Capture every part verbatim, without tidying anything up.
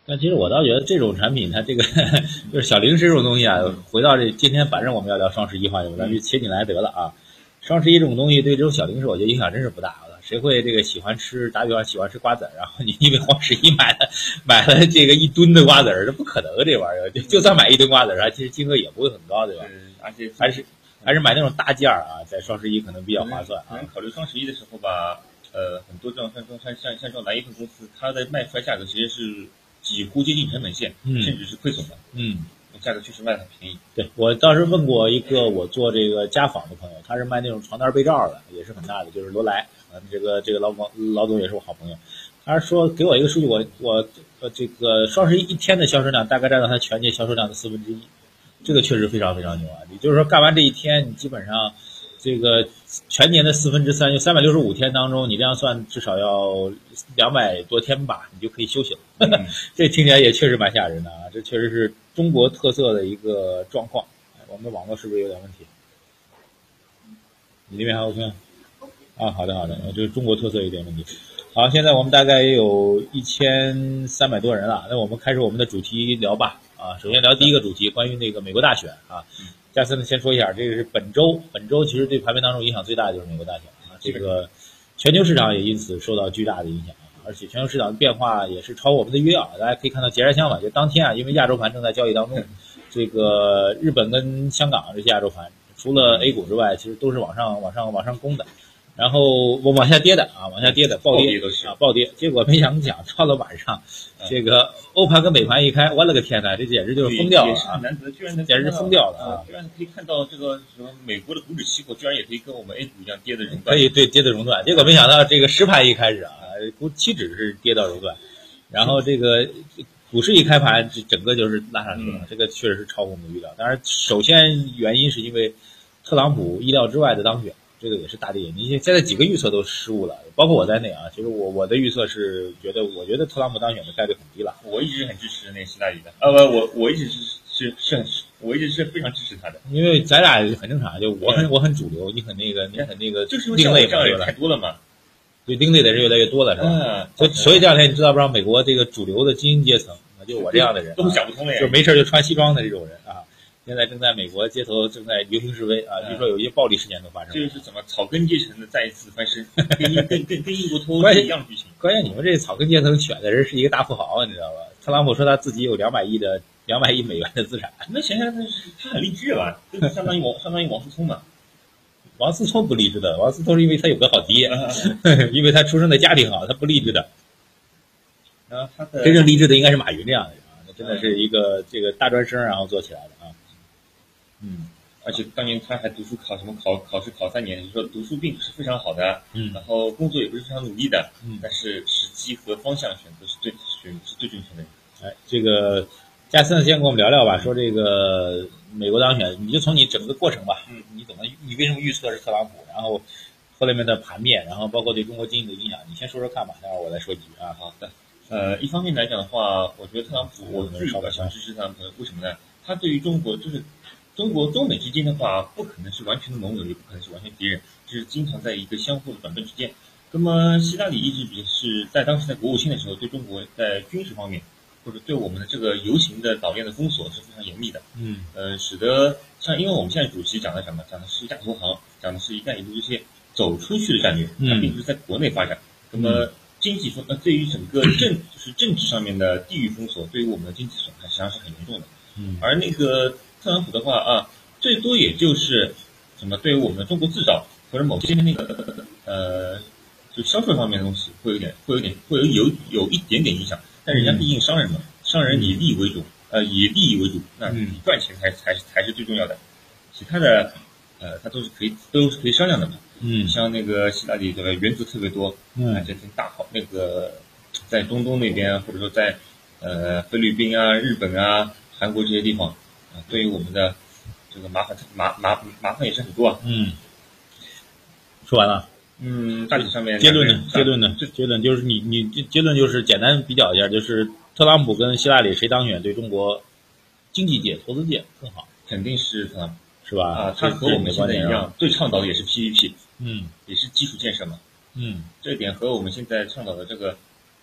但其实我倒觉得这种产品，它这个就是小零食这种东西啊，回到这今天，反正我们要聊双十一话题，咱就切进来得了啊。双十一这种东西对这种小零食，我觉得影响真是不大的。谁会这个喜欢吃？打比方喜欢吃瓜子，然后你因为双十一买了买了这个一吨的瓜子，这不可能，这玩意儿就就算买一吨瓜子，它其实金额也不会很高，对吧？ 嗯，而且还是还是买那种大件儿啊，在双十一可能比较划算啊。 可能考虑双十一的时候吧，呃，很多这种像像像像这种蓝一份公司，它的卖出来价格其实是几乎接近成本线， 嗯甚至是亏损的。 嗯， 价格确实卖的很便宜。 对，我当时问过一个我做这个家纺的朋友，他是卖那种床单被罩的，也是很大的，就是罗莱啊，这个这个老总老总也是我好朋友，他说给我一个数据，我我呃这个双十一一天的销售量大概占到他全年销售量的四分之一，这个确实非常非常牛啊！也就是说干完这一天，你基本上这个全年的四分之三，就三百六十五天当中，你这样算至少要两百多天吧，你就可以休息了。 嗯、 这听起来也确实蛮吓人的啊！这确实是中国特色的一个状况。我们的网络是不是有点问题？你那边还 OK 吗？啊，好的好的，就是中国特色有点问题。好，现在我们大概也有一千三百多人了，那我们开始我们的主题聊吧。啊，首先聊第一个主题，关于那个美国大选啊。加森呢，先说一下，这个是本周，本周其实对盘面当中影响最大的就是美国大选啊，这个全球市场也因此受到巨大的影响啊，而且全球市场的变化也是超我们的预料。大家可以看到截然相反，就当天啊，因为亚洲盘正在交易当中，这个日本跟香港这些亚洲盘，除了 A 股之外，其实都是往上往上往上攻的。然后我往下跌的啊，往下跌的暴跌啊，暴跌。结果没想想到了晚上，这个欧盘跟美盘一开，我勒个天呐，这简直就是疯掉了啊！ 难得，居然能简直是疯掉了啊！ 居然可以看到这个什么美国的股指期货，居然也可以跟我们 A 股一样跌的熔断， 可以对跌的熔断。结果没想到这个实盘一开始啊，股期指是跌到熔断，然后这个股市一开盘，这整个就是拉上去了。这个确实是超乎我们的预料。当然，首先原因是因为特朗普意料之外的当选。这个也是大跌，你现在几个预测都失误了，包括我在内啊。其实我我的预测是觉得，我觉得特朗普当选的概率很低了。 我一直是很支持那希拉里的，呃不，我我一直是是是很，我一直是非常支持他的。 因为咱俩很正常，就我很我很主流，你很那个你很那个， 就是另类嘛，太多了嘛。 对，另类的人越来越多了，是吧？ 嗯。 所以所以这两天你知道不知道，美国这个主流的精英阶层，就我这样的人， 都想不通了呀， 就没事就穿西装的这种人啊。现在正在美国街头正在游行示威啊，据说有一些暴力事件都发生了。 这就是怎么草根阶层的再一次翻身，跟跟跟跟英国脱欧是一样剧情。 关键你们这草根阶层选的人是一个大富豪，你知道吧？特朗普说他自己有两百亿的两百亿美元的资产， 那想想他他很励志吧？就相当于王相当于王思聪嘛。 王思聪不励志的，王思聪是因为他有个好爹，因为他出生的家庭好，他不励志的。 然后他的真正励志的应该是马云这样的人啊，那真的是一个这个大专生然后做起来的啊。 嗯，而且当年他还读书考什么考考试考三年，就是说读书并不是非常好的， 嗯， 然后工作也不是非常努力的， 嗯， 但是时机和方向选择是最选是最正确的。 哎，这个加森先跟我们聊聊吧，说这个美国当选，你就从你整个过程吧， 嗯， 你怎么你为什么预测是特朗普，然后后面的盘面，然后包括对中国经济的影响，你先说说看吧，待会儿我再说几句啊。 好的，呃，一方面来讲的话，我觉得特朗普我自己比较喜欢支持特朗普，为什么呢？他对于中国就是。中国中美之间的话，不可能是完全的盟友，也不可能是完全敌人，就是经常在一个相互的转变之间。那么希拉里一直也是在当时在国务卿的时候，对中国在军事方面，或者对我们的这个游行的岛链的封锁是非常严密的。 嗯， 呃，使得像因为我们现在主席讲的什么？讲的是亚投行，讲的是一带一路这些走出去的战略，它并不是在国内发展。那么经济封呃，对于整个政就是政治上面的地域封锁，对于我们的经济损害实际上是很严重的。 嗯， 而那个特朗普的话啊，最多也就是什么对于我们的中国制造或者某些那个呃，就销售方面的东西会有点会有点会有有有一点点影响。但人家毕竟商人嘛，商人以利为主，呃，以利益为主，那以赚钱才才才是最重要的。其他的呃，它都是可以都是可以商量的嘛。 嗯， 像那个希拉里这个原则特别多， 嗯， 这挺大好那个在中东那边或者说在呃菲律宾啊、日本啊、韩国这些地方啊，对于我们的这个麻烦麻麻麻烦也是很多啊。 嗯，说完了。 嗯，大体上面结论呢？结论呢？结论就是你你结论就是简单比较一下，就是特朗普跟希拉里谁当选对中国经济界、投资界更好？ 肯定是特朗普， 是吧？ 啊，他和我们现在一样，最倡导的也是 P P P， 嗯， 也是基础建设嘛， 嗯， 这一点和我们现在倡导的这个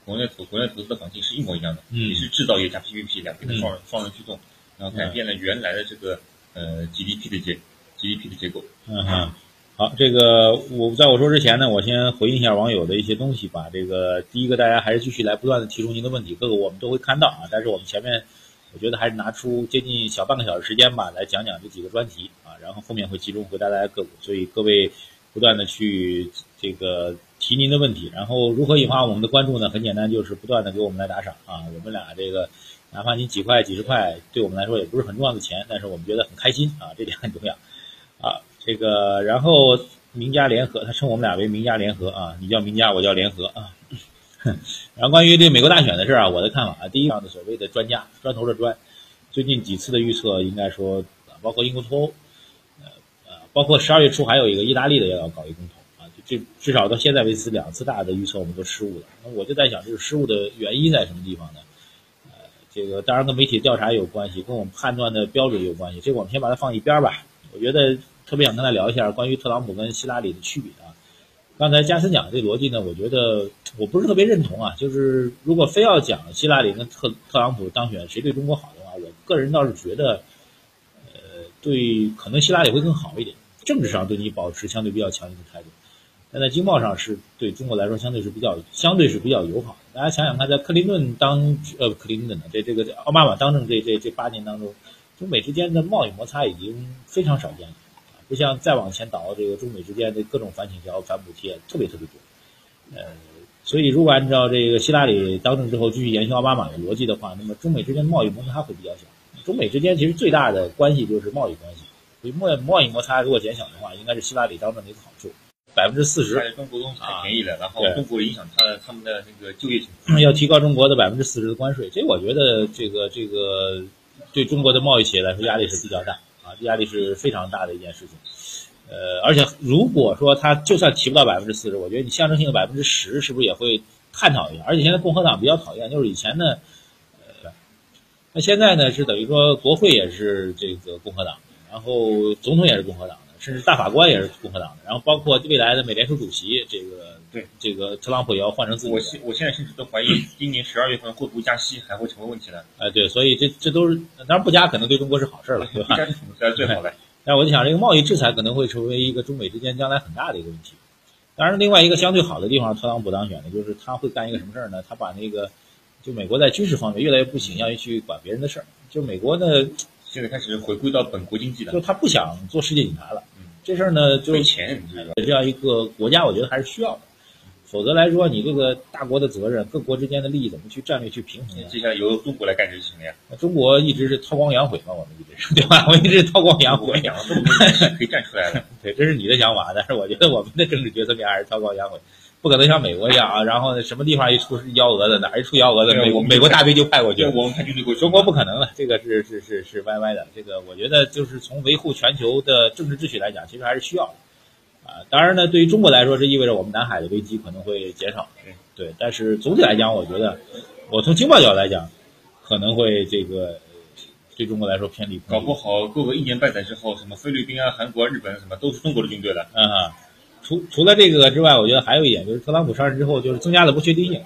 国内投国内投资的环境是一模一样的， 嗯也是制造业加 P P P 两边的双、 嗯、 双人驱动，然后改变了原来的这个、呃 G D P 的结 G D P 的结构。 嗯哼。好，这个我在我说之前呢，我先回应一下网友的一些东西吧。这个第一个，大家还是继续来不断的提出您的问题，各个我们都会看到啊。但是我们前面我觉得还是拿出接近小半个小时时间吧，来讲讲这几个专题啊，然后后面会集中回答大家个股。所以各位不断的去这个提您的问题，然后如何引发我们的关注呢？很简单，就是不断的给我们来打赏啊。我们俩这个哪怕你几块几十块，对我们来说也不是很重要的钱，但是我们觉得很开心啊，这点很重要啊。这个，然后名家联合，他称我们俩为名家联合啊，你叫名家，我叫联合啊。然后关于这美国大选的事啊，我的看法啊，第一样的所谓的专家，砖头的砖，最近几次的预测应该说，包括英国脱欧，呃呃，包括十二月初还有一个意大利的也要搞一公投啊，就这至少到现在为止两次大的预测我们都失误了。那我就在想，这个失误的原因在什么地方呢？呃，这个当然跟媒体调查有关系，跟我们判断的标准有关系，这个我们先把它放一边吧。我觉得特别想跟他聊一下关于特朗普跟希拉里的区别啊。刚才加森讲的这逻辑呢，我觉得我不是特别认同啊。就是如果非要讲希拉里跟特特朗普当选谁对中国好的话，我个人倒是觉得，呃，对，可能希拉里会更好一点，政治上对你保持相对比较强硬的态度，但在经贸上是对中国来说相对是比较相对是比较友好的。大家想想看，在克林顿当呃克林顿的这这个奥巴马当政这这这八年当中，中美之间的贸易摩擦已经非常少见了，不像再往前倒，这个中美之间的各种反倾销、反补贴特别特别多。呃，所以如果按照这个希拉里当政之后继续延续奥巴马的逻辑的话，那么中美之间的贸易摩擦会比较小。中美之间其实最大的关系就是贸易关系，所以贸贸易摩擦如果减小的话，应该是希拉里当政的一个好处。百分之四十， 中国东西太便宜了，啊、然后中国影响他的他们的那个就业情况，要提高中国的百分之四十的关税，这我觉得这个这个。对中国的贸易企业来说压力是比较大啊，压力是非常大的一件事情。呃，而且如果说他就算提不到百分之四十，我觉得你象征性的百分之十是不是也会探讨一下？而且现在共和党比较讨厌，就是以前呢，呃，那现在呢是等于说国会也是这个共和党，然后总统也是共和党的，甚至大法官也是共和党的，然后包括未来的美联储主席这个。 对， 这个特朗普也要换成自己的。 我现我现在甚至都怀疑，今年十二月份会不会加息，还会成为问题呢？ 哎、呃，对，所以这这都是，当然不加可能对中国是好事了，对吧？ 不加是最好的。 但是我就想，这个贸易制裁可能会成为一个中美之间将来很大的一个问题。当然，另外一个相对好的地方，特朗普当选的就是他会干一个什么事儿呢？他把那个，就美国在军事方面越来越不倾向于去管别人的事儿。就美国呢， 现在开始回归到本国经济了， 就他不想做世界警察了。嗯，这事儿呢，就没钱， 这样一个国家，我觉得还是需要的。否则来说，你这个大国的责任，各国之间的利益怎么去战略去平衡呢？ 接下来由中国来干这事情了呀。 中国一直是韬光养晦嘛，我们一直是对吧？我一直是韬光养晦， 养了这么多年可以站出来了。 对，这是你的想法，但是我觉得我们的政治决策面还是韬光养晦，不可能像美国一样啊。然后什么地方一出幺蛾子，哪一出幺蛾子，美国美国大兵就派过去， 我们派军队过去。 中国不可能了，这个是是是是歪歪的。这个我觉得就是从维护全球的政治秩序来讲，其实还是需要的。啊，当然呢，对于中国来说，这意味着我们南海的危机可能会减少，对。但是总体来讲，我觉得，我从经贸角度来讲，可能会这个对中国来说偏离。 搞不好过个一年半载之后，什么菲律宾啊、韩国、日本什么都是中国的军队了。 啊，除除了这个之外，我觉得还有一点就是特朗普上任之后，就是增加了不确定性。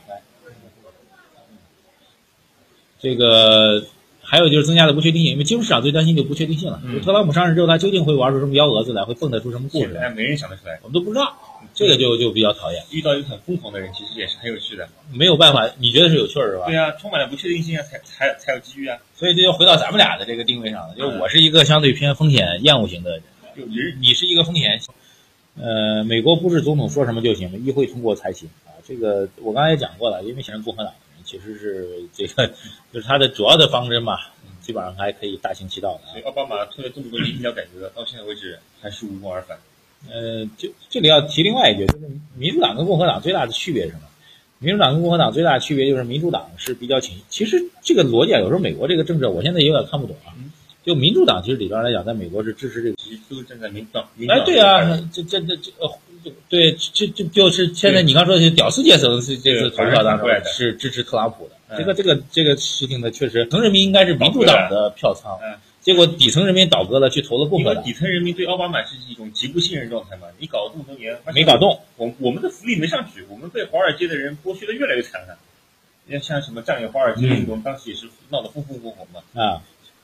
这个。还有就是增加了不确定性，因为金融市场最担心就不确定性了。嗯、就特朗普上任之后，他究竟会玩出什么幺蛾子来，会蹦跶出什么故事来？ 现在没人想得出来， 我们都不知道。这个就就比较讨厌。 遇到一个很疯狂的人，其实也是很有趣的。 没有办法，你觉得是有趣是吧？ 对啊，充满了不确定性啊，才才才有机遇啊。 所以这就回到咱们俩的这个定位上了，就是我是一个相对偏风险厌恶型的人， 就你你是一个风险。呃，美国不是总统说什么就行，议会通过才行啊。这个我刚才也讲过了，因为现在共和党其实是这个就是他的主要的方针嘛。基本上还可以大行其道的、啊。 所以奥巴马推了这么多年医疗改革，到现在为止还是无功而返。 呃，就这里要提另外一句，就是民主党跟共和党最大的区别是什么？民主党跟共和党最大的区别就是民主党是比较倾，其实这个逻辑啊，有时候美国这个政治我现在有点看不懂啊。就民主党其实理论上来讲，在美国是支持这个， 其实都是站在民主党。 哎，对啊，这这这这呃，对，这这就是现在你刚说的屌丝阶层是这次投票当中是支持特朗普的。这个这个这个事情呢，确实，底层人民应该是民主党的票仓，嗯，结果底层人民倒戈了，去投了共和党。 底层人民对奥巴马是一种极不信任状态嘛？你搞了这么多年， 没搞动， 我我们的福利没上去，我们被华尔街的人剥削的越来越惨了。 要像什么战略华尔街运动，当时也是闹得风风火火嘛。 啊，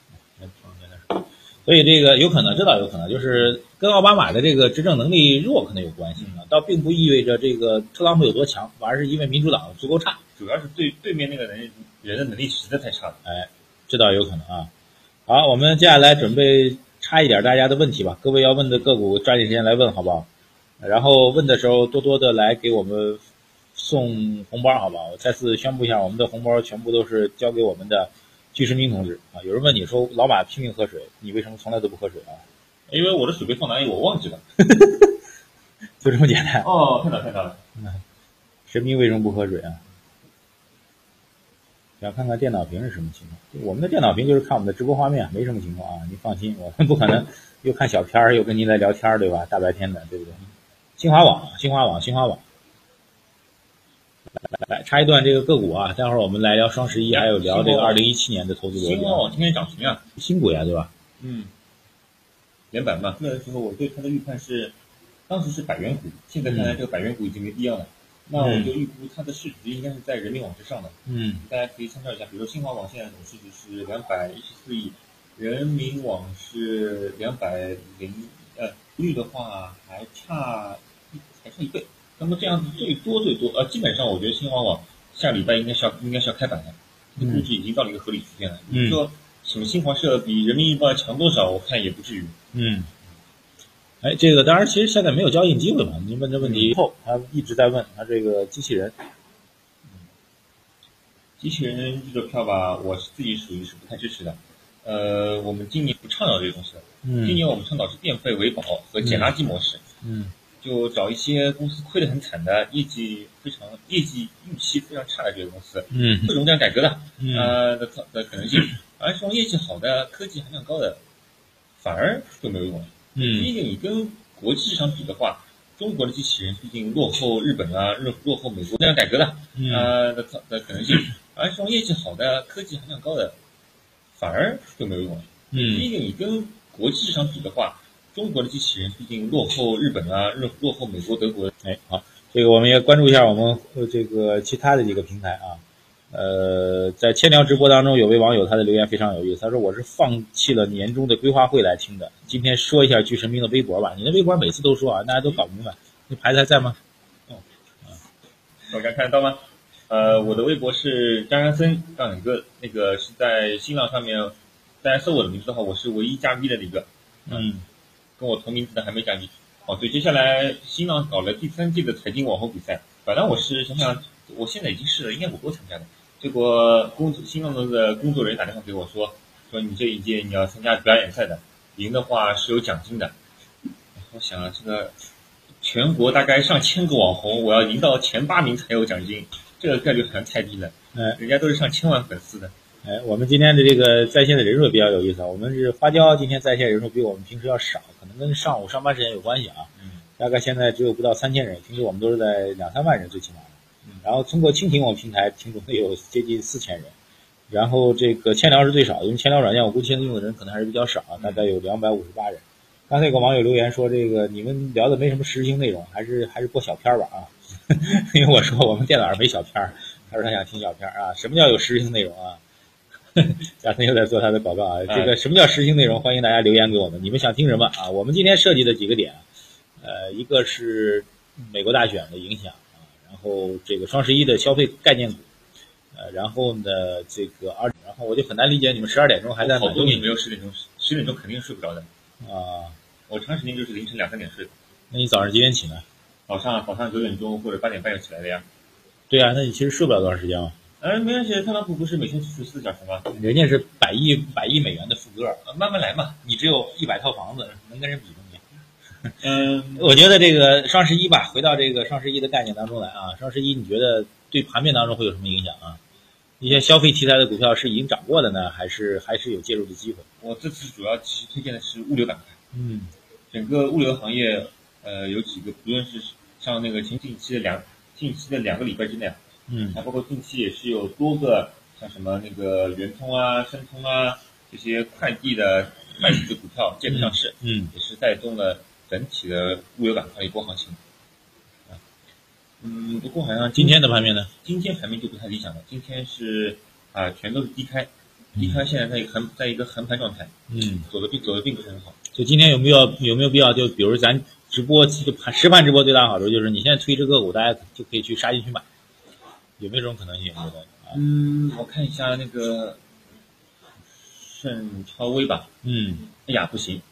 所以这个有可能，这倒有可能，就是跟奥巴马的这个执政能力弱可能有关系啊，倒并不意味着这个特朗普有多强，反而是因为民主党足够差， 主要是对对面那个人人的能力实在太差了。 哎，这倒有可能啊。好，我们接下来准备插一点大家的问题吧，各位要问的个股抓紧时间来问好不好？然后问的时候多多的来给我们送红包好不好？我再次宣布一下，我们的红包全部都是交给我们的巨石明同志啊。有人问你说老马拼命喝水，你为什么从来都不喝水啊？ 因为我的水杯放哪里我忘记了。 就这么简单。 哦，看到看到了。 嗯，神明为什么不喝水啊？想看看电脑屏是什么情况？我们的电脑屏就是看我们的直播画面，没什么情况啊，你放心，我们不可能又看小片儿又跟您来聊天，对吧？大白天的，对不对？新华网，新华网，新华网。来来插一段这个个股啊，待会儿我们来聊双十一，还有聊这个二零一七年的投资逻辑。 新华网今天涨停啊， 新股呀，对吧？ 嗯，连板嘛。那个时候我对它的预判是，当时是百元股，现在看来这个百元股已经没必要了。嗯、那我就预估它的市值应该是在人民网之上的。 嗯， 大家可以参照一下，比如说新华网现在总市值是两百一十四亿，人民网是两百零呃，率的话还差一还差一倍。那么这样子最多最多呃，基本上我觉得新华网下礼拜应该是要应该是要开板的，这估值已经到了一个合理区间了。 嗯， 你说什么新华社比人民日报强多少？我看也不至于。 嗯，哎，这个当然其实现在没有交易机会嘛。您问这问题以后，他一直在问他这个机器人， 机器人这个票吧，我是自己属于是不太支持的。呃，我们今年不倡导这个东西的。 嗯， 今年我们倡导是电费为保和捡垃圾模式。 嗯。 就找一些公司亏得很惨的，业绩非常业绩预期非常差的这个公司， 嗯， 会融资改革的， 嗯， 呃的的可能性，而这种业绩好的、科技含量高的，反而就没有用了。 嗯， 第一个，你跟国际市场比的话，中国的机器人毕竟落后日本啊，落落后美国这样改革的，呃的的可能性，而这种业绩好的、科技含量高的，反而就没有用了。 嗯， 第一个，你跟国际市场比的话。中国的机器人毕竟落后日本啊，落落后美国、德国。 哎，好，这个我们也关注一下我们呃这个其他的几个平台啊。呃，在千聊直播当中，有位网友他的留言非常有意思，他说我是放弃了年终的规划会来听的。今天说一下巨神兵的微博吧，你的微博每次都说啊，大家都搞不明白，那牌子还在吗？ 哦，啊，大家看得到吗？呃，我的微博是张山森杠两个，那个是在新浪上面，大家搜我的名字的话，我是唯一加 V 的那个。 嗯。 跟我同名字的还没加 V。哦，对，接下来新浪搞了第三届的财经网红比赛，本来我是想想，我现在已经试了，应该我多参加的。结果工新浪的工作人员打电话给我说，说你这一届你要参加表演赛的，赢的话是有奖金的。我想这个全国大概上千个网红，我要赢到前八名才有奖金，这个概率好像太低了。 哎， 人家都是上千万粉丝的。 哎，我们今天的这个在线的人数比较有意思啊。我们是花椒今天在线人数比我们平时要少，可能跟上午上班时间有关系啊。 嗯， 大概现在只有不到三千人，平时我们都是在两三万人最起码的。嗯，然后通过蜻蜓我们平台听众有接近四千人，然后这个千聊是最少，因为千聊软件我估计现在用的人可能还是比较少，大概有两百五十八人。刚才有个网友留言说，这个你们聊的没什么实时性内容，还是还是播小片吧啊？因为我说我们电脑上没小片，他说他想听小片啊。什么叫有实时性内容啊？贾森又在做他的广告啊！这个什么叫实时性内容？欢迎大家留言给我们，你们想听什么啊？我们今天设计的几个点，呃，一个是美国大选的影响啊，然后这个双十一的消费概念股，呃，然后呢这个二，然后我就很难理解你们十二点钟还在好多年没有十点钟，十点钟肯定睡不着的啊！ 我长时间就是凌晨两三点睡。 那你早上几点起呢？ 早上早上九点钟或者八点半就起来了呀。 对啊，那你其实睡不了多长时间嘛。 呃，没关系，特朗普不是每天睡四小时吗？ 人家是百亿百亿美元的富哥， 呃，慢慢来嘛。 你只有一百套房子，能跟人比吗你？ 嗯， 我觉得这个双十一吧，回到这个双十一的概念当中来啊，双十一你觉得对盘面当中会有什么影响啊？一些消费题材的股票是已经涨过的呢，还是还是有介入的机会？ 我这次主要其实推荐的是物流板块。 嗯， 整个物流行业，呃，有几个，不论是像那个近近期的两近期的两个礼拜之内啊。 嗯， 还包括近期也是有多个像什么那个圆通啊、申通啊这些快递的快递的股票建上市， 嗯， 也是带动了整体的物流板块一波行情。啊， 嗯，不过好像今天的盘面呢？ 今天盘面就不太理想了，今天是啊、全都是低开，低开现在在一个横在一个横盘状态， 嗯， 走的并走的并不是很好。 就今天有没有有没有必要？就比如咱直播就盘实盘直播最大好处就是你现在推这个股，大家就可以去杀进去买，有没有这种可能性？你觉得？ 嗯，我看一下那个盛超微吧。 嗯， 哎呀，不行，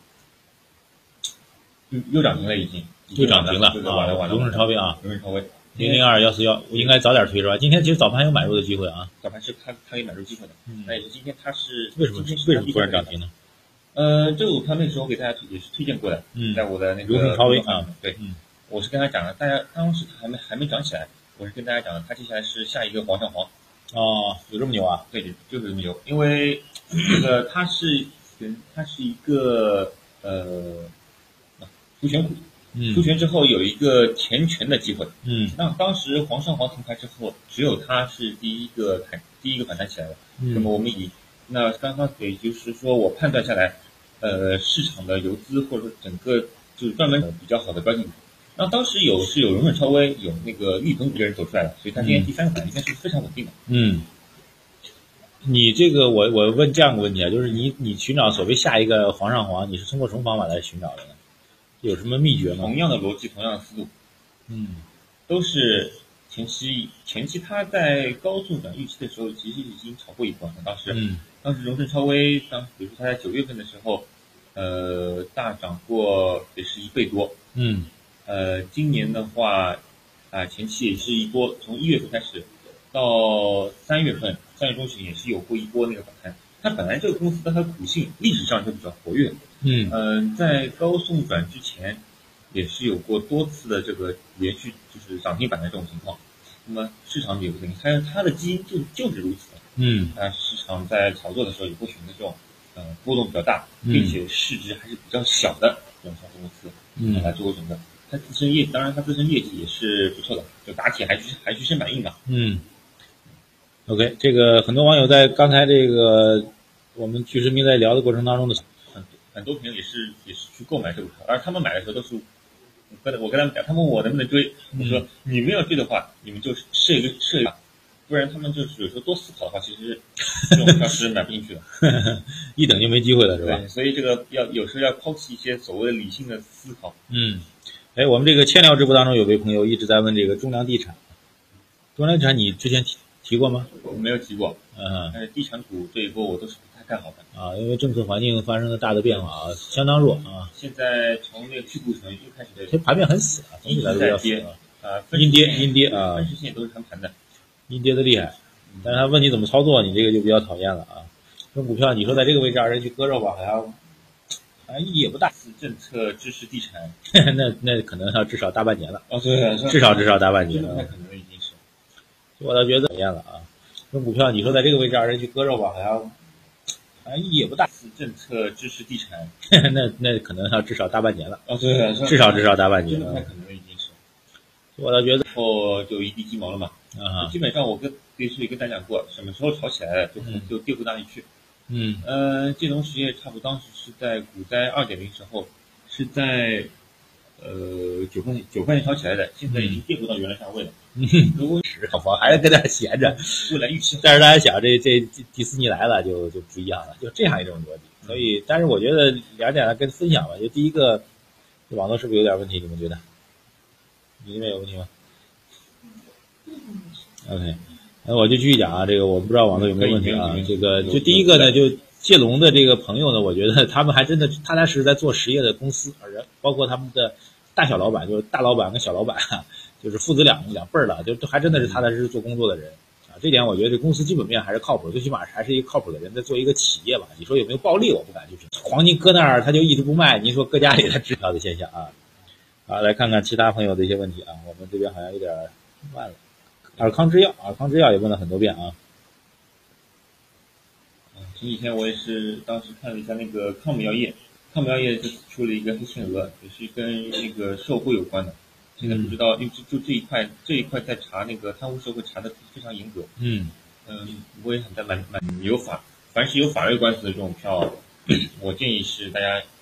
又又涨停了，已经又涨停了啊！ 完了完了， 荣盛超微啊， 荣盛超微零零二幺四幺，我应该早点推是吧？今天其实早盘有买入的机会啊， 早盘是它它有买入机会的， 嗯， 那也是今天它是为什么今天是为什么突然涨停呢？ 呃，这个股票那时候给大家也是推荐过的， 嗯， 在我的那个荣盛超微啊， 对， 嗯， 我是跟他讲的，大家当时还没还没涨起来，我是跟大家讲的，它接下来是下一个煌上煌。 哦，有这么牛啊？ 对，就是这么牛，因为这个它是它是一个呃除权股， 嗯， 除权之后有一个填权的机会， 嗯， 那当时煌上煌停牌之后，只有它是第一个反第一个反弹起来的， 嗯， 那么我们以那刚刚也就是说我判断下来，呃，市场的游资或者说整个就是专门比较好的标的股。然后当时有是有荣盛超微，有那个力鹏一个人走出来了，所以它今天第三个反应该是非常稳定的。 嗯，你这个我我问这样个问题啊，就是你你寻找所谓下一个煌上煌，你是通过什么方法来寻找的呢？有什么秘诀吗？ 同样的逻辑，同样的思路， 嗯， 都是前期前期它在高速转预期的时候，其实已经炒过一波了。当时， 嗯， 当时荣盛超微，当比如说它在九月份的时候，呃，大涨过也是一倍多。 嗯， 呃，今年的话，啊、前期也是一波，从一月份开始到三月份，三月中旬也是有过一波那个反弹。它本来这个公司的它的股性历史上就比较活跃， 嗯， 呃，在高送转之前，也是有过多次的这个连续就是涨停板的这种情况。那么市场也不等于它它的基因就就是如此的， 嗯， 啊，市场在炒作的时候也会选择这种呃波动比较大，并且市值还是比较小的这种上市公司， 嗯， 来做个选择。它自身业当然它自身业绩也是不错的，就打铁还需还需先买硬嘛。 嗯 ，OK， 这个很多网友在刚才这个我们巨石明在聊的过程当中的很很多朋友也是也是去购买这股票，而他们买的时候都是我跟我跟他们讲，他们问我能不能追，我说你们要追的话，你们就设一个设一个，不然他们就是有时候多思考的话，其实这种股票是买不进去的， 一等就没机会了，是吧？ 对，所以这个要有时候要抛弃一些所谓的理性的思考。 嗯，哎，我们这个千聊直播当中有位朋友一直在问这个中粮地产，中粮地产你之前提提过吗？ 我没有提过， 嗯， 但是地产股这一波我都是不太看好的啊，因为政策环境发生了大的变化啊，相当弱啊。 现在从那个去库存又开始的， 其实盘面很死啊，总体来说比较死啊， 啊， 阴跌阴跌啊， 分时线都是横盘的， 阴跌的厉害。但是他问你怎么操作，你这个就比较讨厌了啊。这股票你说在这个位置让人去割肉吧，好像好像意义也不大。 政策支持地产， 那那可能要至少大半年了。 哦，对， 至少至少大半年了，那可能已经是。 我倒觉得讨厌了啊。这股票你说在这个位置让人去割肉吧，好像好像意义也不大。 政策支持地产， 那那可能要至少大半年了。 哦，对， 至少至少大半年了， 那可能已经是。 我倒觉得后就一地鸡毛了嘛。 啊， 基本上我跟对是跟大家讲过，什么时候炒起来了，就可能就跌不到哪里去。 嗯， 呃，建农实业差不多当时是在股灾二点零时候，是在呃九块钱九块钱炒起来的，现在已经跌不到原来价位了。 嗯，如果是好房还是跟那闲着， 未来预期。 但是大家想，这这迪士尼来了就就不一样了，就这样一种逻辑。所以，但是我觉得两点来跟分享吧。就第一个，网络是不是有点问题？你们觉得？你那边有问题吗 ？OK， 那我就继续讲啊。这个我不知道网络有没有问题啊。这个就第一个呢，就借龙的这个朋友呢，我觉得他们还真的踏踏实实在做实业的公司，而包括他们的大小老板，就是大老板跟小老板，就是父子两两辈儿了，就还真的是踏踏实实做工作的人啊。这点我觉得这公司基本面还是靠谱，最起码还是一个靠谱的人在做一个企业吧。你说有没有暴利，我不敢去评。黄金搁那儿他就一直不卖，你说搁家里他支票的现象啊。好，来看看其他朋友的一些问题啊，我们这边好像有点慢了。尔康制药，尔康制药也问了很多遍啊。 前几天我也是当时看了一下那个康美药业，康美药业就出了一个黑天鹅，也是跟那个受贿有关的。现在不知道，因为就这一块这一块在查那个贪污受贿查的非常严格。 嗯嗯，我也很在蛮蛮有法，凡是有法律官司的这种票，我建议是大家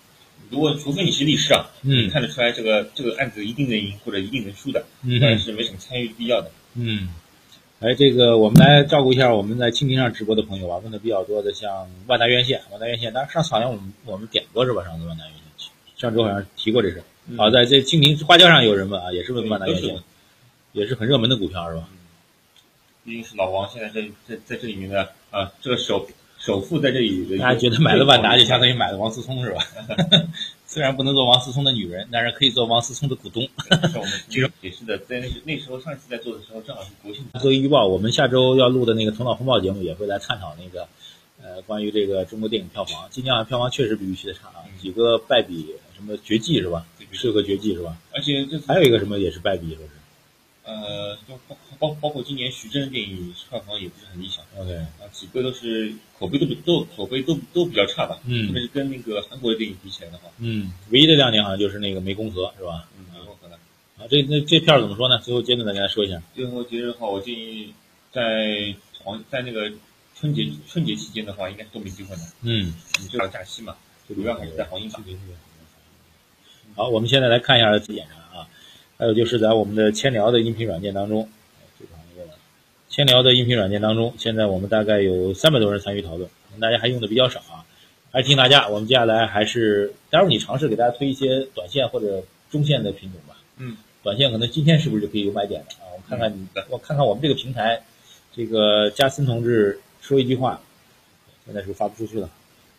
如果除非你是律师啊， 嗯， 看得出来这个这个案子一定能赢或者一定能输的， 嗯， 不然是没什么参与必要的。 嗯，哎，这个我们来照顾一下我们在蜻蜓上直播的朋友吧，问的比较多的，像万达院线，万达院线，当然上次好像我们我们点过是吧？上次万达院线，上周好像提过这事。 嗯、 啊，在这蜻蜓花椒上有人问啊，也是问万达院线， 是也是很热门的股票是吧？ 嗯，毕竟是老王现在在在在这里面的啊，这个首首富在这里的， 大家觉得买了万达就相当于买了王思聪是吧？虽然不能做王思聪的女人，但是可以做王思聪的股东。 是我们其实也是的，在那那时候上一次在做的时候，正好是国庆。 作为预报，我们下周要录的那个头脑风暴节目也会来探讨那个，呃，关于这个中国电影票房。今年票房确实比预期的差啊，几个败笔，什么绝技是吧？是个绝技是吧？ 而且这还有一个什么也是败笔，说是。 呃，包包包括今年徐峥的电影票房也不是很理想。 OK， 啊，几个都是口碑都都口碑都都比较差吧。 嗯， 特别是跟那个韩国的电影比起来的话， 嗯，唯一的亮点好像就是那个湄公河是吧？ 嗯，湄公河的。 啊，这那这票怎么说呢？最后阶段再跟大家说一下。 最后结论的话，我建议在黄在那个春节春节期间的话，应该是都没机会的。 嗯， 你就假期嘛，主要还是在黄金档。 好，我们现在来看一下检查啊，还有就是在我们的千聊的音频软件当中，千聊的音频软件当中，现在我们大概有三百多人参与讨论，大家还用的比较少啊，还是听大家，我们接下来还是，待会儿你尝试给大家推一些短线或者中线的品种吧。 嗯， 短线可能今天是不是就可以有买点了啊？我们看看你，嗯、我看看我们这个平台，这个加森同志说一句话，现在是不是发不出去了？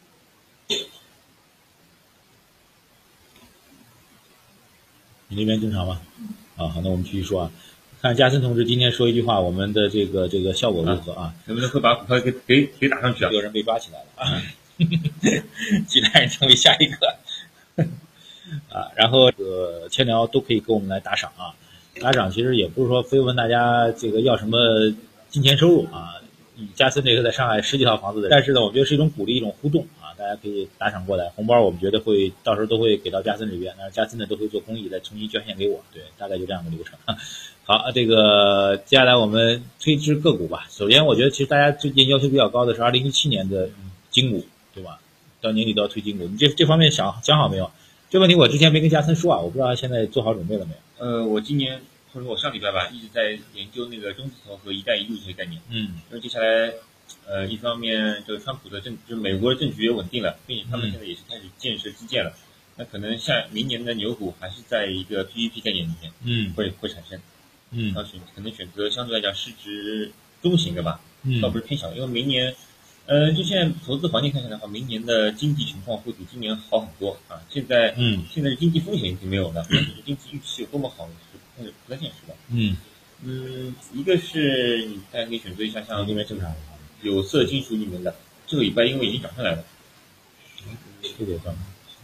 你那边正常吗？啊，好，那我们继续说啊。看加森同志今天说一句话，我们的这个这个效果如何啊？ 能不能会把股票给给给打上去啊？ 有人被抓起来了啊！其他人成为下一个啊。然后这个千聊都可以给我们来打赏啊。打赏其实也不是说非问大家这个要什么金钱收入啊。加森这个在上海十几套房子的，但是呢，我觉得是一种鼓励，一种互动啊。大家可以打赏过来，红包我们觉得会到时候都会给到加森这边，但是加森呢都会做公益再重新捐献给我，对，大概就这样的流程。好，这个接下来我们推知个股吧。首先，我觉得其实大家最近要求比较高的是二零一七年的金股，对吧？到年底都要推金股，你这这方面想想好没有？这问题我之前没跟加森说啊，我不知道他现在做好准备了没有。 呃，我今年或者说我上礼拜吧，一直在研究那个中字头和一带一路这些概念。 嗯， 因为接下来。呃，一方面，这个川普的政，就是美国的政局也稳定了，并且他们现在也是开始建设基建了。嗯、那可能下明年的牛股还是在一个 P E P 概念里面， 嗯， 会会产生， 嗯， 然后选可能选择相对来讲市值中型的吧， 嗯， 倒不是偏小，因为明年，呃，就现在投资环境看起来的话，明年的经济情况会比今年好很多啊。现在， 嗯， 现在的经济风险已经没有了，但是经济预期有多么好是是不太现实的。 嗯嗯，一个是你大家可以选择一下像那边正常。 有色金属里面的，这个礼拜因为已经涨上来了， 这个涨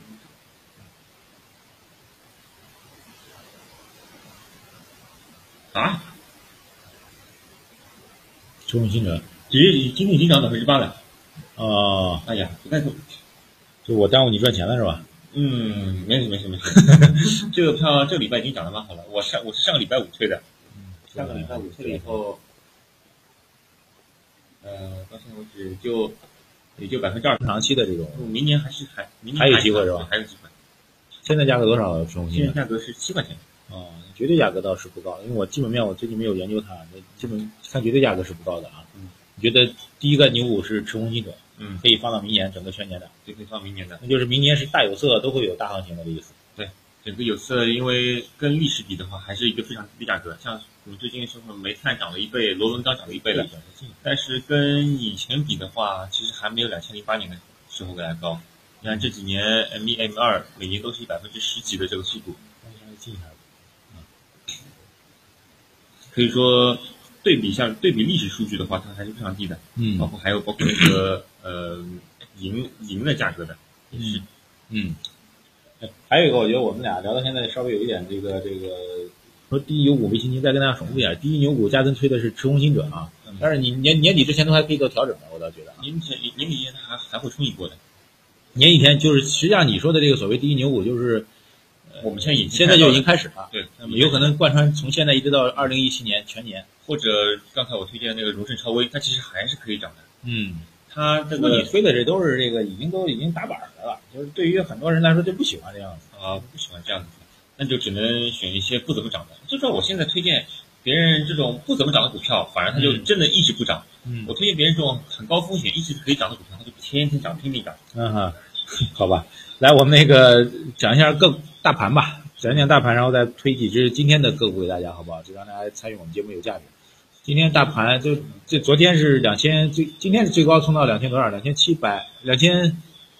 啊， 中信新者， 直接今天已经涨百分之八了， 哦， 哎呀，不太够， 就我耽误你赚钱了是吧？ 嗯，没事没事没事，这个票这个礼拜已经涨得蛮好了，我上我是上个礼拜五推的，上个礼拜五推了以后。呃，到现在为止就也就百分之二， 长期的这种， 明年还是还明年还有机会是吧？ 还有机会。 现在价格多少？中信现在价格是七块钱。 哦，绝对价格倒是不高，因为我基本面我最近没有研究它，基本看绝对价格是不高的啊。 嗯， 你觉得第一个牛股是持红新者， 嗯， 可以放到明年整个全年的， 对，可以放明年的， 那就是明年是大有色都会有大行情的意思。 对，整个有色因为跟历史比的话，还是一个非常低的价格，像。我们最近是煤炭涨了一倍，螺纹钢涨了一倍了，但是跟以前比的话，其实还没有两千零八年的时候来高。你看这几年 M 一 M 二每年都是以百分之十几的这个速度，可以说对比像对比历史数据的话，它还是非常低的。 嗯， 包括还有包括那个呃银银的价格的也是， 嗯，嗯还有一个我觉得我们俩聊到现在稍微有一点这个这个。说第一牛股没心情，再跟大家重复一下，第一牛股加森推的是持红新者啊，嗯、但是你年年底之前都还可以做调整的，我倒觉得。 年前年底前它还还会冲一波的， 年底前就是实际上你说的这个所谓第一牛股就是，呃、 我们现在已现在就已经开始了， 对， 有可能贯穿从现在一直到二零一七年全年， 或者刚才我推荐的那个荣盛超微，它其实还是可以涨的， 嗯， 他这个不过你推的这都是这个已经都已经打板的了，就是对于很多人来说就不喜欢这样子啊，不喜欢这样子，那就只能选一些不怎么涨的。就说我现在推荐别人这种不怎么涨的股票，反而它就真的一直不涨。 嗯， 我推荐别人这种很高风险一直可以涨的股票，它就天天涨，拼命涨。 嗯哈，好吧，来我们那个讲一下个大盘吧，讲讲大盘，然后再推几只今天的个股给大家，好不好？就让大家参与我们节目有价值。今天大盘就这昨天是两千，最今天的最高冲到两千多少？两千七百，两千。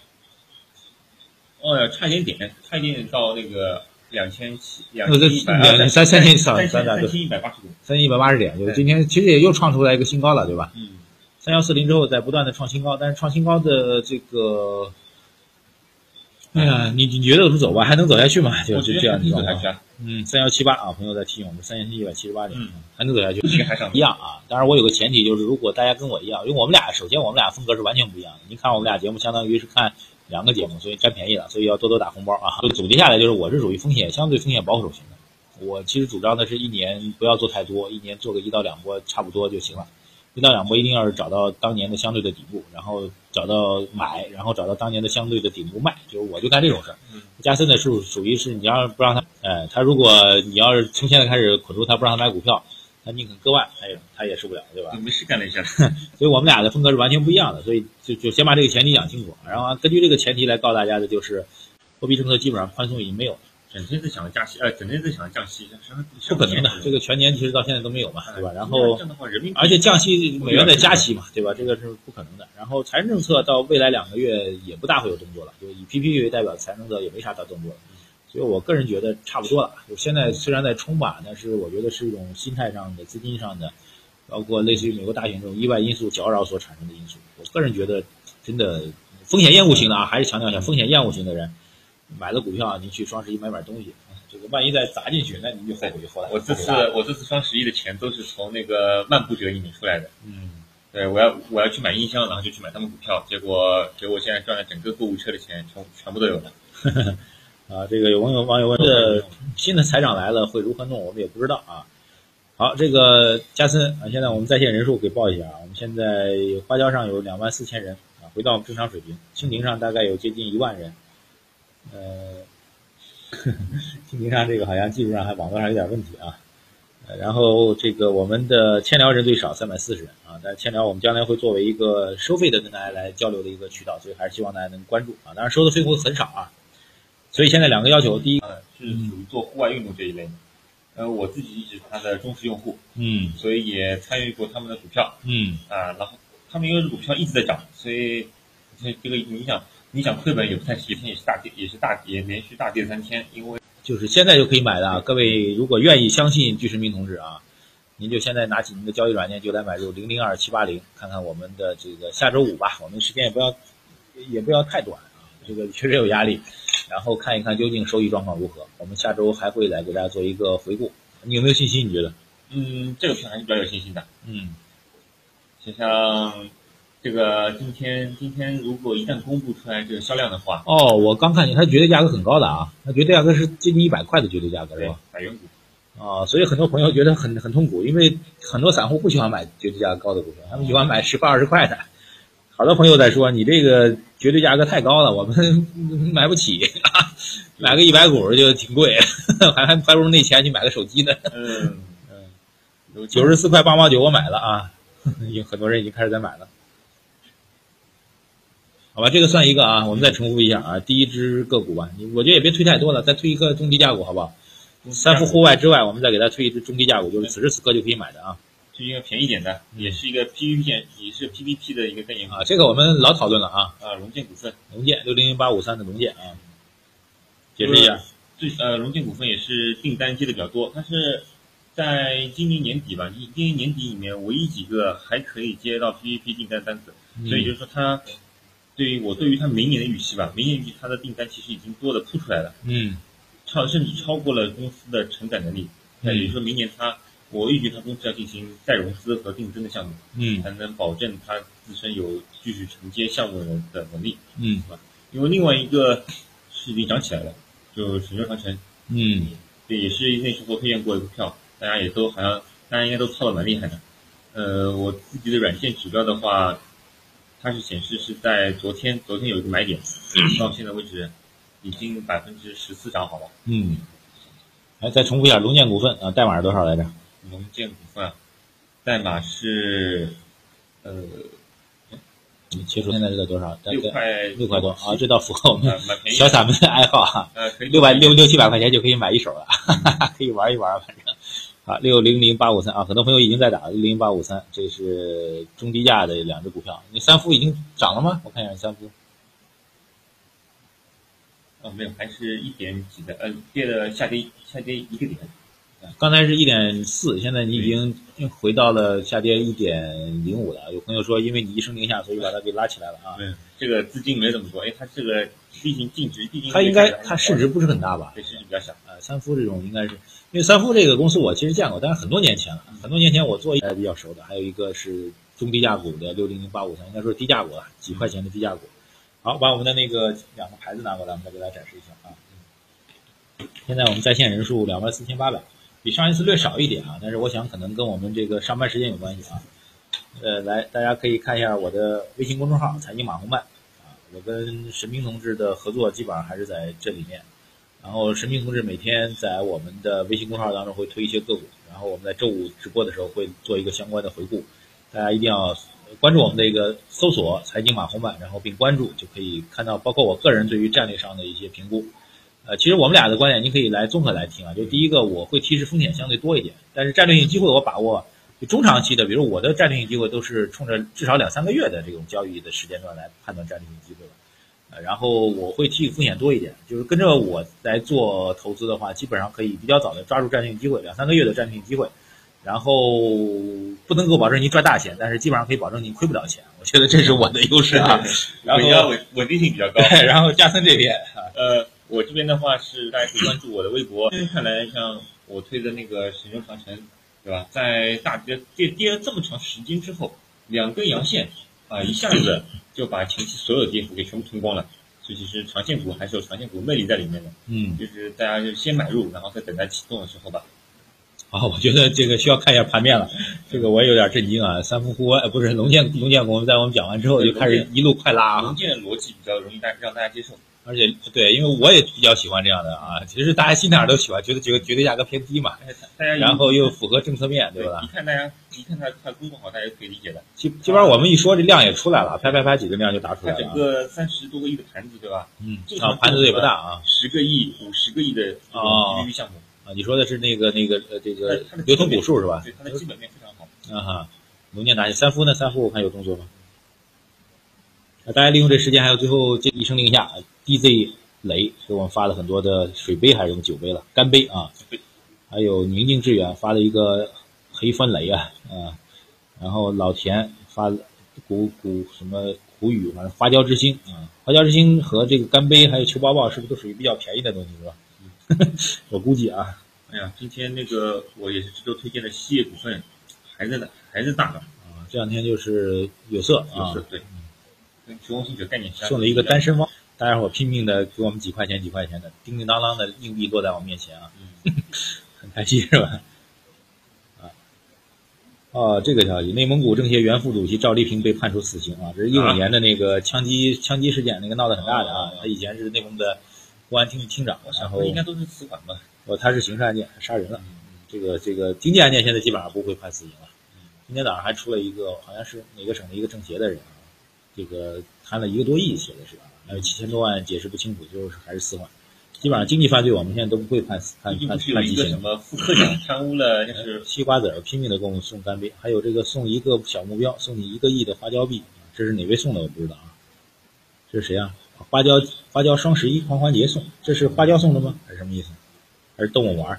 哦呀，差一点点，差一点点到那个两千七，两千一百， 两三三千三三三千一百八十点， 三千一百八十点，就是今天其实也又创出来一个新高了，对吧？ 嗯， 三幺四零之后在不断的创新高，但是创新高的这个，哎呀，你你觉得怎么走吧？还能走下去吗？就就这样的状况。嗯，三幺七八啊，朋友在提醒我们三千一百七十八点， 嗯， 还能走下去， 还上一样啊。当然我有个前提就是，如果大家跟我一样，因为我们俩首先我们俩风格是完全不一样的。您看我们俩节目相当于是看两个节目，所以占便宜了，所以要多多打红包啊。就总结下来就是，我是属于风险相对风险保守型的。我其实主张的是一年不要做太多，一年做个一到两波差不多就行了。一到两波一定要是找到当年的相对的底部，然后找到买，然后找到当年的相对的顶部卖，就是我就干这种事儿。加森的是属于是你要是不让他，哎，他如果你要是从现在开始捆住他不让他买股票，他宁肯割腕，哎，他也受不了，对吧？ 没事干了一下， 所以我们俩的风格是完全不一样的，所以就就先把这个前提讲清楚，然后根据这个前提来告诉大家的就是，货币政策基本上宽松已经没有了。 整天在想加息，呃，整天在想降息， 不可能的。这个全年其实到现在都没有嘛，对吧？然后， 人而且降息，美元在加息嘛，对吧？这个是不可能的。然后财政政策到未来两个月也不大会有动作了，就以 P P P 为代表，财政策也没啥大动作了。所以我个人觉得差不多了。就现在虽然在冲吧，但是我觉得是一种心态上的、资金上的，包括类似于美国大选这种意外因素搅扰所产生的因素。我个人觉得，真的风险厌恶型的啊，还是强调一下，风险厌恶型的人。买了股票，您去双十一买点东西，这个万一再砸进去，那您就后悔后来。 我这次我这次双十一的钱都是从那个漫步者里面出来的。 嗯， 对，我要我要去买音箱，然后就去买他们股票，结果结果现在赚了整个购物车的钱，全全部都有了。 啊，这个有网友网友问的新的财长来了会如何弄，我们也不知道啊。好，这个加森啊，现在我们在线人数给报一下啊，我们现在花椒上有两万四千人啊，回到正常水平，蜻蜓上大概有接近一万人。呃，蜻蜓上这个好像技术上还网络上有点问题啊。呃，然后这个我们的千聊人最少三百四十人啊，但是千聊我们将来会作为一个收费的跟大家来交流的一个渠道，所以还是希望大家能关注啊。当然收的费会很少啊。所以现在两个要求，第一个是属于做户外运动这一类的，呃，我自己一直是他的忠实用户， 嗯， 所以也参与过他们的股票， 嗯啊，然后他们因为股票一直在涨，所以这个影响。你想亏本也不太行，也是大跌，也是大跌，连续大跌三天。因为就是现在就可以买的啊，各位如果愿意相信巨石明同志啊，您就现在拿起您的交易软件就来买入零零二七八零，看看我们的这个下周五吧，我们时间也不要也不要太短啊，这个确实有压力，然后看一看究竟收益状况如何。我们下周还会来给大家做一个回顾，你有没有信心？你觉得？ 嗯，这个票还是比较有信心的。 嗯， 就像。这个今天今天如果一旦公布出来这个销量的话， 哦，我刚看见它绝对价格很高的啊，它绝对价格是接近一百块的绝对价格是吧？ 百元股啊，所以很多朋友觉得很很痛苦，因为很多散户不喜欢买绝对价格高的股票，他们喜欢买十块二十块的。好多朋友在说你这个绝对价格太高了，我们买不起，买个一百股就挺贵，还还还不如那钱去买个手机呢。 嗯嗯，九十四块八毛九我买了啊，有很多人已经开始在买了。好吧，这个算一个啊，我们再重复一下啊。第一只个股吧，你我觉得也别推太多了，再推一个中低价股好不好？三幅户外之外，我们再给他推一只中低价股，就是此时此刻就可以买的啊。 是一个便宜点的，也是一个 P V P， 也是 P V P 的一个概念啊。这个我们老讨论了啊。 啊，龙建股份， 龙建六零零八五三的龙建啊，解释一下。 最呃，龙建股份也是订单接的比较多，但是在今年年底吧，今年年底里面唯一几个还可以接到 P V P 订单单子， 嗯、 所以就是说它。对于我对于他明年的预期吧，明年预期他的订单其实已经多的铺出来了， 嗯， 超甚至超过了公司的承载能力。那、嗯、也就是说明年他，我预计他公司要进行再融资和定增的项目， 嗯， 才能保证他自身有继续承接项目的能力， 嗯， 是吧？因为另外一个是已经涨起来了，就沈州长城， 嗯， 这也是那时候推荐过一个票，大家也都好像大家应该都操的蛮厉害的。呃，我自己的软件指标的话。 它是显示是在昨天，昨天有一个买点，到现在为止已经百分之十四涨好了。 嗯，来再重复一下，龙建股份啊，代码是多少来着？ 龙建股份代码是呃， 你切出现在是在多少？ 六块六块多啊，这倒符合我们蛮便宜小散们的爱好哈。 呃， 六百六六七百块钱就可以买一手了，可以玩一玩，反正。啊，六零零八五三啊，很多朋友已经在打六零八五三，这是中低价的两只股票。你三福已经涨了吗？我看一下三福。 啊，没有，还是一点几的，呃，跌了下跌下跌一个点。 刚才是一点四，现在你已经回到了下跌一点零五了。有朋友说，因为你一声令下，所以把它给拉起来了啊。 嗯，这个资金没这么多，哎，它这个毕竟净值，毕竟它应该它市值不是很大吧？ 对，市值比较小。 呃，三福这种应该是，因为三福这个公司我其实见过，但是很多年前了，很多年前我做一个比较熟的，还有一个是中低价股的六零零八五三，应该说是低价股了，几块钱的低价股。好，把我们的那个两个牌子拿过来，我们再给大家展示一下啊。现在我们在线人数两万四千八百。比上一次略少一点啊，但是我想可能跟我们这个上班时间有关系啊。呃，来，大家可以看一下我的微信公众号“财经马红漫”啊，我跟神兵同志的合作基本上还是在这里面。然后神兵同志每天在我们的微信公众号当中会推一些个股，然后我们在周五直播的时候会做一个相关的回顾，大家一定要关注我们的一个搜索“财经马红漫”，然后并关注就可以看到包括我个人对于战略上的一些评估。呃，其实我们俩的观点您可以来综合来听啊。就第一个，我会提示风险相对多一点，但是战略性机会我把握，就中长期的，比如我的战略性机会都是冲着至少两三个月的这种交易的时间段来判断战略性机会的。呃，然后我会提风险多一点，就是跟着我来做投资的话，基本上可以比较早的抓住战略性机会，两三个月的战略性机会，然后不能够保证你赚大钱，但是基本上可以保证你亏不了钱。我觉得这是我的优势啊。然后稳稳定性比较高。 然后加森这边， 呃。我这边的话是大家可以关注我的微博。现在看来，像我推的那个神州长城，对吧？在大跌跌跌了这么长时间之后，两根阳线啊，一下子就把前期所有跌幅给全部吞光了。所以其实长线股还是有长线股魅力在里面的。 嗯， 就是大家就先买入，然后再等待启动的时候吧。 啊，我觉得这个需要看一下盘面了。这个我也有点震惊啊！三福呼呃不是龙建龙建股，在我们讲完之后就开始一路快拉啊。 龙建的逻辑比较容易大让大家接受。 而且对，因为我也比较喜欢这样的啊，其实大家心态上都喜欢，觉得这个绝对价格偏低嘛， 大家然后又符合政策面， 对吧？ 一看大家一看它它公布好，大家可以理解的。 基基本上我们一说这量也出来了，拍拍拍几个量就打出来了。 它整个三十多个亿的盘子，对吧？ 嗯，啊，盘子也不大啊， 十个亿、五十个亿的这种 P P P 项目啊。你说的是那个那个呃这个流通股数是吧？ 对，它的基本面非常好。 啊哈，龙建拿下三福呢？三福我看有动作吗？啊，大家利用这时间，还有最后这一声令下 ，D Z。雷给我们发了很多的水杯还是用酒杯了，干杯啊！还有宁静致远发了一个黑帆雷啊啊，然后老田发古古什么古语，反正花椒之星啊，花椒之星和这个干杯还有球包包是不是都属于比较便宜的东西是吧？嗯、我估计啊， 哎呀，今天那个我也是值得推荐的锡业股份还在的，还是大涨啊，这两天就是有色啊，有色对，跟球王星者概念送了一个单身汪。大家伙拼命的给我们几块钱几块钱的，叮叮当当的硬币落在我面前啊，嗯、很开心是吧？啊，哦，这个消息，内蒙古政协原副主席赵丽萍被判处死刑啊，这是一五年的那个枪击、啊、枪击事件，那个闹得很大的啊。他以前是内蒙的公安厅厅长，然后应该都是死缓吧？ 哦，他是刑事案件，杀人了。嗯、这个这个经济案件现在基本上不会判死刑了。今天早上还出了一个，好像是哪个省的一个政协的人啊，这个贪了一个多亿，写的是吧？还有七千多万解释不清楚，就是还是死缓。基本上经济犯罪我们现在都不会判死判判判极刑。 什么副科长贪污了，那是西瓜子儿拼命的给我们送干杯，还有这个送一个小目标，送你一个亿的花椒币，这是哪位送的我不知道啊？这是谁啊？花椒花椒双十一狂欢节送，这是花椒送的吗？还是什么意思？还是逗我玩？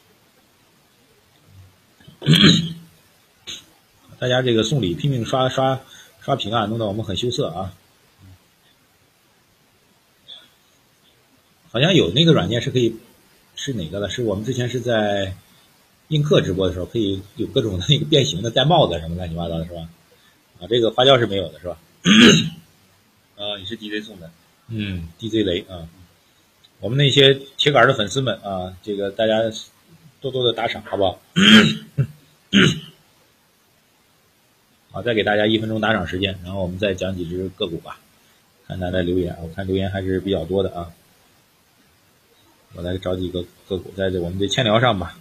大家这个送礼拼命刷刷刷屏啊，弄得我们很羞涩啊。好像有那个软件是可以，是哪个了？是我们之前是在映客直播的时候，可以有各种的那个变形的戴帽子什么乱七八糟的，是吧？啊，这个花椒是没有的，是吧？ 啊，也是 D J 送的。 嗯 ，D J 雷啊，我们那些铁杆的粉丝们啊，这个大家多多的打赏，好不好？ 好，再给大家一分钟打赏时间，然后我们再讲几只个股吧。看大家留言，我看留言还是比较多的啊。我来找几个个股在这我们这千聊上吧。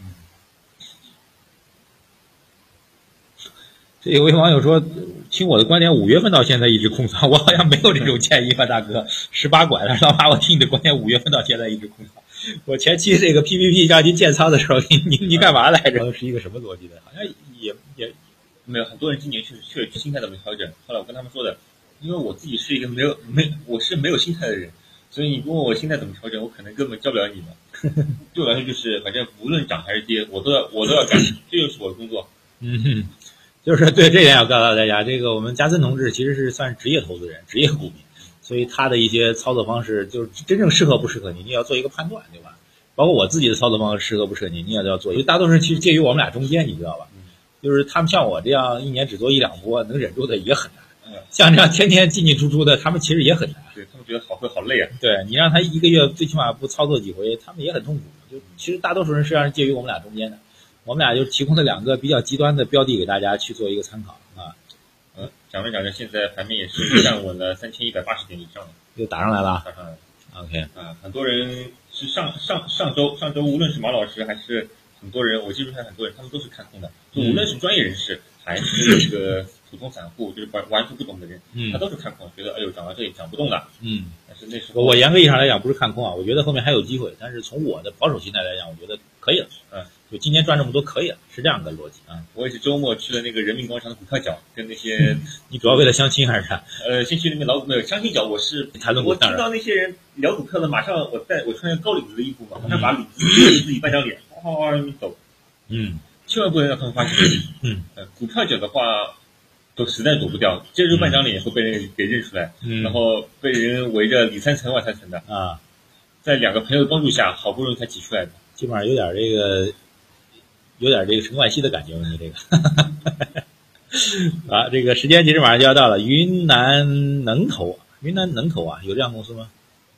这有位网友说，听我的观点，五月份到现在一直空仓，我好像没有这种建议吧，大哥。十八拐了，老马，我听你的观点，五月份到现在一直空仓。我前期这个 P P P 让您建仓的时候，你你你干嘛来着？是一个什么逻辑的？好像也也没有，很多人今年确实确实心态都没调整。后来我跟他们说的，因为我自己是一个没有没我是没有心态的人，所以你问我心态怎么调整，我可能根本教不了你们。对我来说就是，反正无论涨还是跌，我都要我都要干，这就是我的工作。 嗯哼。就是对这点要告诉大家，这个我们加森同志其实是算是职业投资人、职业股民，所以他的一些操作方式就是真正适合不适合你，你也要做一个判断，对吧？包括我自己的操作方式适合不适合你，你也要做。因为大多数人其实介于我们俩中间，你知道吧？就是他们像我这样一年只做一两波能忍住的也很难，像这样天天进进出出的，他们其实也很难。 对他们觉得好会好累啊。 对你让他一个月最起码不操作几回，他们也很痛苦。就其实大多数人实际上是介于我们俩中间的。我们俩就提供了两个比较极端的标的给大家去做一个参考啊。 嗯，讲着讲着，现在盘面也是站稳了三千一百八十点以上了， 又打上来了。 打上来了。 OK 啊，很多人是上上上周上周无论是马老师还是很多人，我记住看很多人，他们都是看空的，就无论是专业人士还是这个普通散户，就是完完全不懂的人，嗯，他都是看空，觉得哎呦涨到这里涨不动了。嗯，但是那时候我严格意义上来讲不是看空啊，我觉得后面还有机会，但是从我的保守心态来讲，我觉得可以了。嗯。就今年赚这么多可以了，是这样的逻辑啊。 我也是周末去了那个人民广场的股票角，跟那些、嗯、 你主要为了相亲还是啥？ 呃，先去那边老股没有相亲角，我是谈论我听到那些人聊股票的，马上我带我穿着高领子的衣服嘛，马上把领子对着自己半张脸，哗哗哗走。嗯，千万不能让他们发现。嗯，呃，股票角的话，都实在躲不掉，遮住半张脸也会被人给认出来，嗯、然后被人围着里三层外三层的啊，在两个朋友的帮助下，好不容易才挤出来的， 基本上有点这个。有点这个陈冠希的感觉，你这个啊，这个时间其实马上就要到了。云南能投，云南能投啊，有这样公司吗？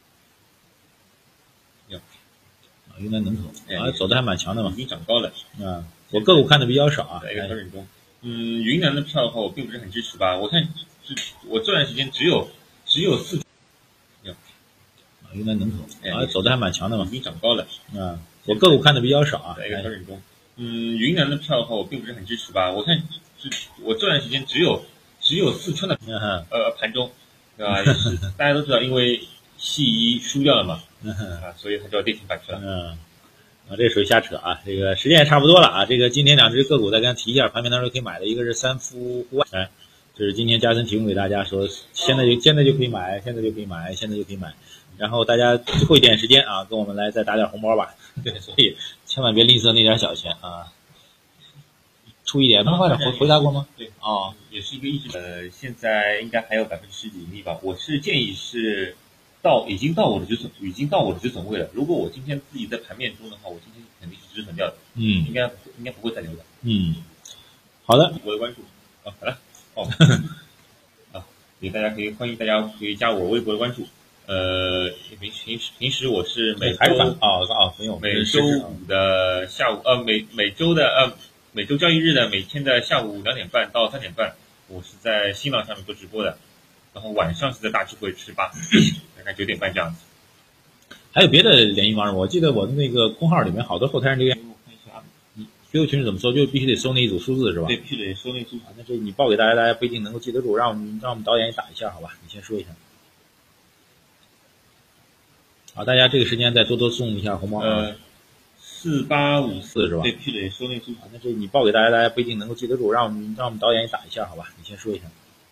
有啊，云南能投啊，走的还蛮强的嘛， 已经涨高了啊。我个股看的比较少啊， 在一个调整中。嗯，云南的票的话，我并不是很支持吧。我看是，我这段时间只有只有四。 有啊，云南能投啊，走的还蛮强的嘛， 已经涨高了啊。我个股看的比较少啊， 在一个调整中。嗯，云南的票的话，我并不是很支持吧。我看是，我这段时间只有只有四川的呃盘中，对吧？也是大家都知道，因为系一输掉了嘛，啊，所以它就要跌停板去了。 嗯，啊，这属于瞎扯啊。这个时间也差不多了啊。这个今天两只个股再跟大家提一下，盘面当中可以买的，一个是三福户外，哎，这是今天加森提供给大家说，现在就现在就可以买，现在就可以买，现在就可以买。然后大家最后一点时间啊，跟我们来再打点红包吧。对，所以千万别吝啬那点小钱啊。出一点，他们快点回回答过吗？ 对，哦，也是一个意识。呃，现在应该还有百分之十几盈利吧。我是建议是到已经到我的止损，已经到我的止损位了。如果我今天自己在盘面中的话，我今天肯定是止损掉的。嗯，应该应该不会再留的。 嗯，好的， 我的关注啊，好了，哦，啊，也大家可以欢迎大家可以加我微博的关注。呃，平平时平时我是每周啊啊，没有每周五的下午呃每每周的呃每周交易日的每天的下午两点半到三点半，我是在新浪上面做直播的，然后晚上是在大智慧十八，大概九点半这样子。 还有别的联系方式？我记得我的那个空号里面好多后台人留言， 我看一下， 你 Q Q 群是怎么搜？就必须得搜那一组数字是吧？ 对，必须得搜那组。 那这你报给大家，大家不一定能够记得住，让我们让我们导演也打一下，好吧？你先说一下。好，大家这个时间再多多送一下红包啊！ 呃，四八五四是吧？ 对，必须得说那数。 那这你报给大家，大家不一定能够记得住，让我们让我们导演也打一下，好吧？你先说一下。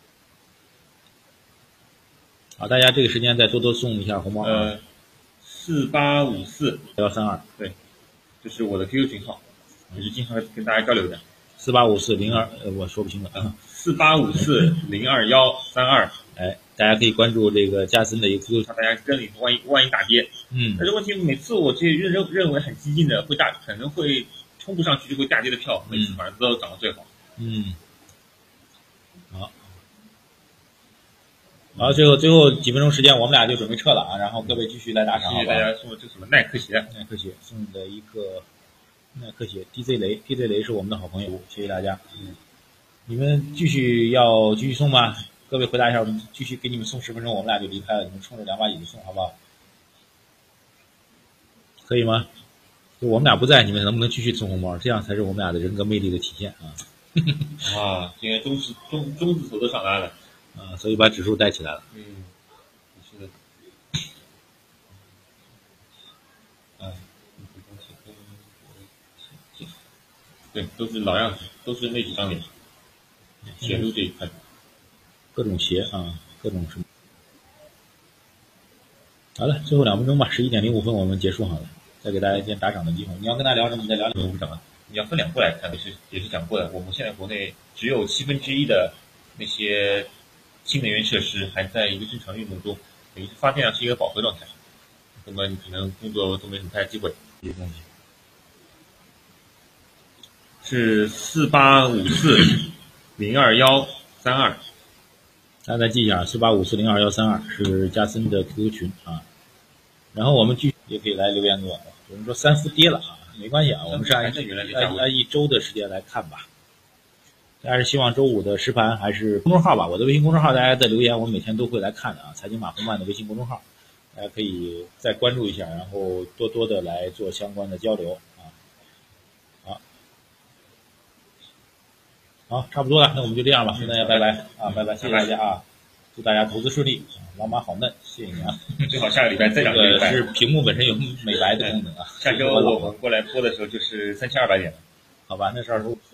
好，大家这个时间再多多送一下红包啊！ 呃，四八五四幺三二， 对，这是我的 Q Q 群号，也是经常跟大家交流的。 四八五四零二，呃，我说不清楚啊。 四八五四零二幺三二， 哎，大家可以关注这个加森的一个 Q Q， 大家跟里万一万一大跌，嗯，但是问题每次我这认认认为很激进的会大，可能会冲不上去就会大跌的票，每次反而都涨得最好。 嗯，好，然后最后最后几分钟时间，我们俩就准备撤了啊，然后各位继续来打赏， 谢谢大家送的这什么耐克鞋， 耐克鞋送的一个耐克鞋 D Z 雷 ，D Z 雷是我们的好朋友，谢谢大家。嗯。 你们继续要继续送吗？各位回答一下，我们继续给你们送十分钟，我们俩就离开了，你们冲着两把椅子送，好不好？可以吗？就我们俩不在，你们能不能继续送红包？这样才是我们俩的人格魅力的体现啊！ 啊，今天中字中中字头都上来了， 啊，所以把指数带起来了。 嗯，是的，啊，对，都是老样子，都是那几张脸，显露这一块， 各种鞋啊，各种什么。好了，最后两分钟吧，十一点零五分我们结束好了，再给大家一点打赏的机会。你要跟大家聊什么？你再聊两部长啊，你要分两步来看，也是也是讲过的。我们现在国内只有七分之一的那些新能源设施还在一个正常运动中，等于是发电量是一个饱和状态。那么你可能工作都没什么太大机会。这些东西是四八五四零二幺三二， 大家再记一下，四八五四零二幺三二是加森的 Q Q 群啊。然后我们继续也可以来留言给我，有人说三伏跌了啊，没关系啊，我们是按按按一周的时间来看吧。但是希望周五的实盘还是公众号吧，我的微信公众号大家的留言我每天都会来看的啊，财经马红漫的微信公众号，大家可以再关注一下，然后多多的来做相关的交流啊。好，好，差不多了，那我们就这样吧，跟大家拜拜啊，拜拜，谢谢大家啊，祝大家投资顺利，老马好嫩，谢谢你啊。 最好下个礼拜再涨一个礼拜。 是屏幕本身有美白的功能啊。 下周我们过来播的时候就是三千二百点了， 好吧，那是二十五。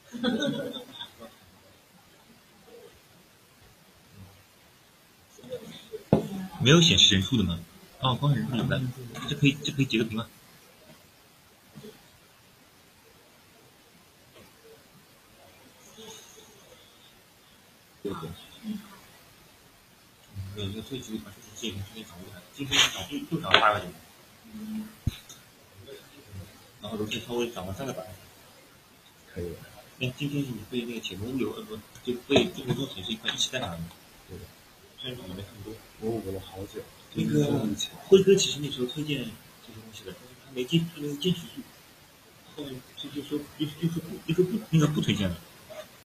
没有显示人数的吗？哦，光人数有的，这可以这可以截个屏啊。对对。对，一个推举把这个界面今天涨不了，今天涨就就涨了八块钱，然后昨天稍微涨了三个百分点， 可以。 那今天你被那个铁路物流呃不就被中国中铁是一块一起在哪里？对的，虽然涨得没很多， 我捂了好久。 那个辉哥其实那时候推荐这些东西的，但是他没坚他没有坚持住，后面就就说就就说不就说不那个不推荐了。